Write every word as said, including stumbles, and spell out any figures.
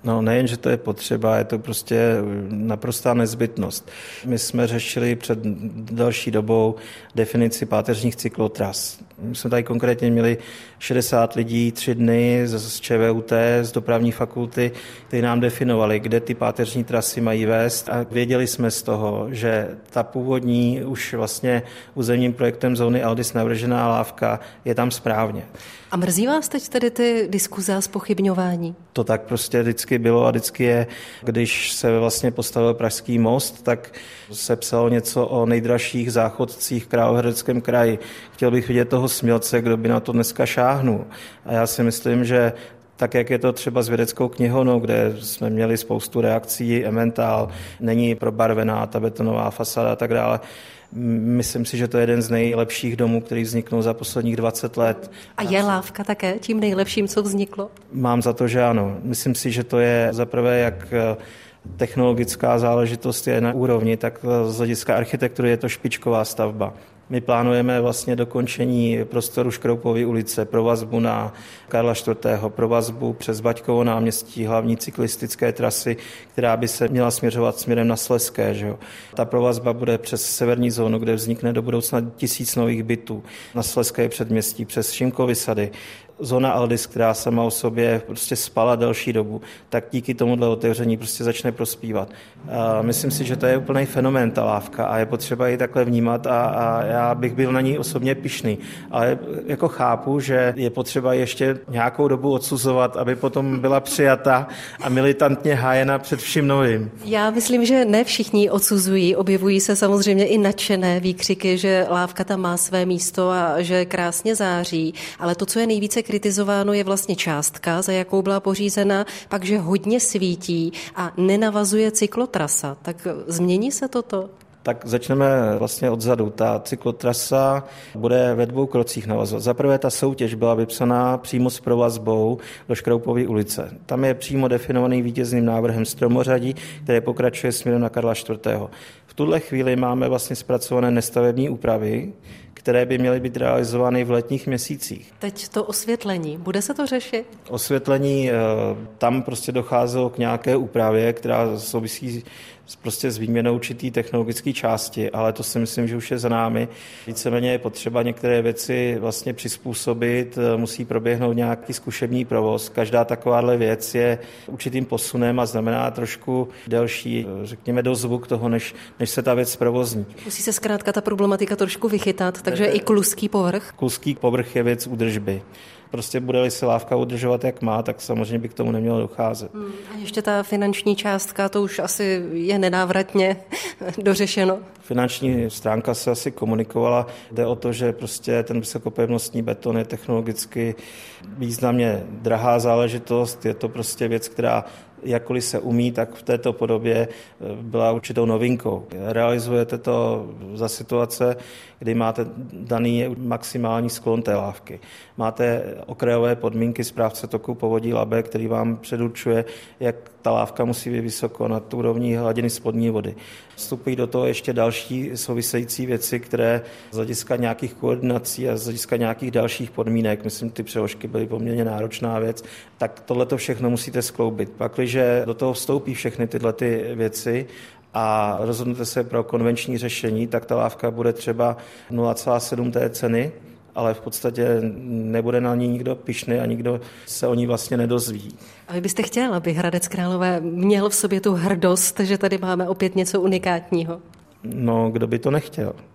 No nejen, že to je potřeba, je to prostě naprostá nezbytnost. My jsme řešili před další dobou definici páteřních cyklotras. My jsme tady konkrétně měli šedesát lidí, tři dny z ČVUT, z dopravní fakulty, kteří nám definovali, kde ty páteřní trasy mají vést a věděli jsme z toho, že ta původní už vlastně územním projektem zóny Aldis navržená lávka je tam správně. A mrzí vás teď tedy ty diskuze a zpochybňování? To tak prostě vždycky bylo a vždycky je, když se vlastně postavil Pražský most, tak se psalo něco o nejdražších záchodcích v Královéhradeckém kraji. Chtěl bych vidět toho smělce, kdo by na to dneska šáhnul. A já si myslím, že tak, jak je to třeba s vědeckou knihovnou, kde jsme měli spoustu reakcí, Emmental, není probarvená ta betonová fasáda a tak dále. Myslím si, že to je jeden z nejlepších domů, který vzniknul za posledních dvacet let. A je lávka také tím nejlepším, co vzniklo? Mám za to, že ano. Myslím si, že to je zaprvé jak technologická záležitost je na úrovni, tak z hlediska architektury je to špičková stavba. My plánujeme vlastně dokončení prostoru Škroupovy ulice, provazbu na Karla čtvrtého. provazbu přes Baťkovo náměstí, hlavní cyklistické trasy, která by se měla směřovat směrem na Slezské. Že jo? Ta provazba bude přes severní zónu, kde vznikne do budoucna tisíc nových bytů, na Slezské předměstí, přes Šimkovy sady. Zóna Aldis, která sama o sobě prostě spala delší dobu, tak díky tomuhle otevření prostě začne prospívat. A myslím si, že to je úplný fenomén ta lávka a je potřeba ji takhle vnímat a, a já bych byl na ní osobně pyšný. Ale jako chápu, že je potřeba ještě nějakou dobu odsuzovat, aby potom byla přijata a militantně hájena před vším novým. Já myslím, že ne všichni odsuzují. Objevují se samozřejmě i nadšené výkřiky, že lávka tam má své místo a že krásně září, ale to, co je nejvíce kritizováno, je vlastně částka, za jakou byla pořízena, pak, že hodně svítí a nenavazuje cyklotrasa. Tak změní se toto? Tak začneme vlastně odzadu. Ta cyklotrasa bude ve dvou krocích navazovat. Za prvé ta soutěž byla vypsaná přímo s provazbou do Škroupovy ulice. Tam je přímo definovaný vítězným návrhem stromořadí, které pokračuje směrem na Karla čtvrtého. V tuhle chvíli máme vlastně zpracované nestavební úpravy, které by měly být realizovány v letních měsících. Teď to osvětlení, bude se to řešit? Osvětlení, tam prostě docházelo k nějaké úpravě, která souvisí prostě s výměnou určitý technologické části, ale to si myslím, že už je za námi. Víceméně je potřeba některé věci vlastně přizpůsobit, musí proběhnout nějaký zkušební provoz. Každá takováhle věc je určitým posunem a znamená trošku delší, řekněme, dozvuk toho, než, než se ta věc provozní. Musí se zkrátka ta problematika trošku vychytat, takže i kluský povrch? Kluský povrch je věc údržby. Prostě bude-li se lávka udržovat, jak má, tak samozřejmě by k tomu nemělo docházet. Hmm, a ještě ta finanční částka, to už asi je nenávratně dořešeno. Finanční stránka se asi komunikovala. Jde o to, že prostě ten vysokopevnostní beton je technologicky významně drahá záležitost. Je to prostě věc, která jakkoliv se umí, tak v této podobě byla určitou novinkou. Realizujete to za situace, kdy máte daný maximální sklon té lávky. Máte okrajové podmínky správce toku povodí Labe, který vám předurčuje, jak ta lávka musí být vysoko nad úrovní hladiny spodní vody. Vstupují do toho ještě další související věci, které z hlediska nějakých koordinací a z hlediska nějakých dalších podmínek, myslím, ty přeložky byly poměrně náročná věc, tak tohleto všechno musíte skloubit. Pakliže do toho vstoupí všechny tyhle ty věci a rozhodnete se pro konvenční řešení, tak ta lávka bude třeba nula celá sedm té ceny, ale v podstatě nebude na ní nikdo pyšný a nikdo se o ní vlastně nedozví. A vy byste chtěl, aby Hradec Králové měl v sobě tu hrdost, že tady máme opět něco unikátního? No, kdo by to nechtěl?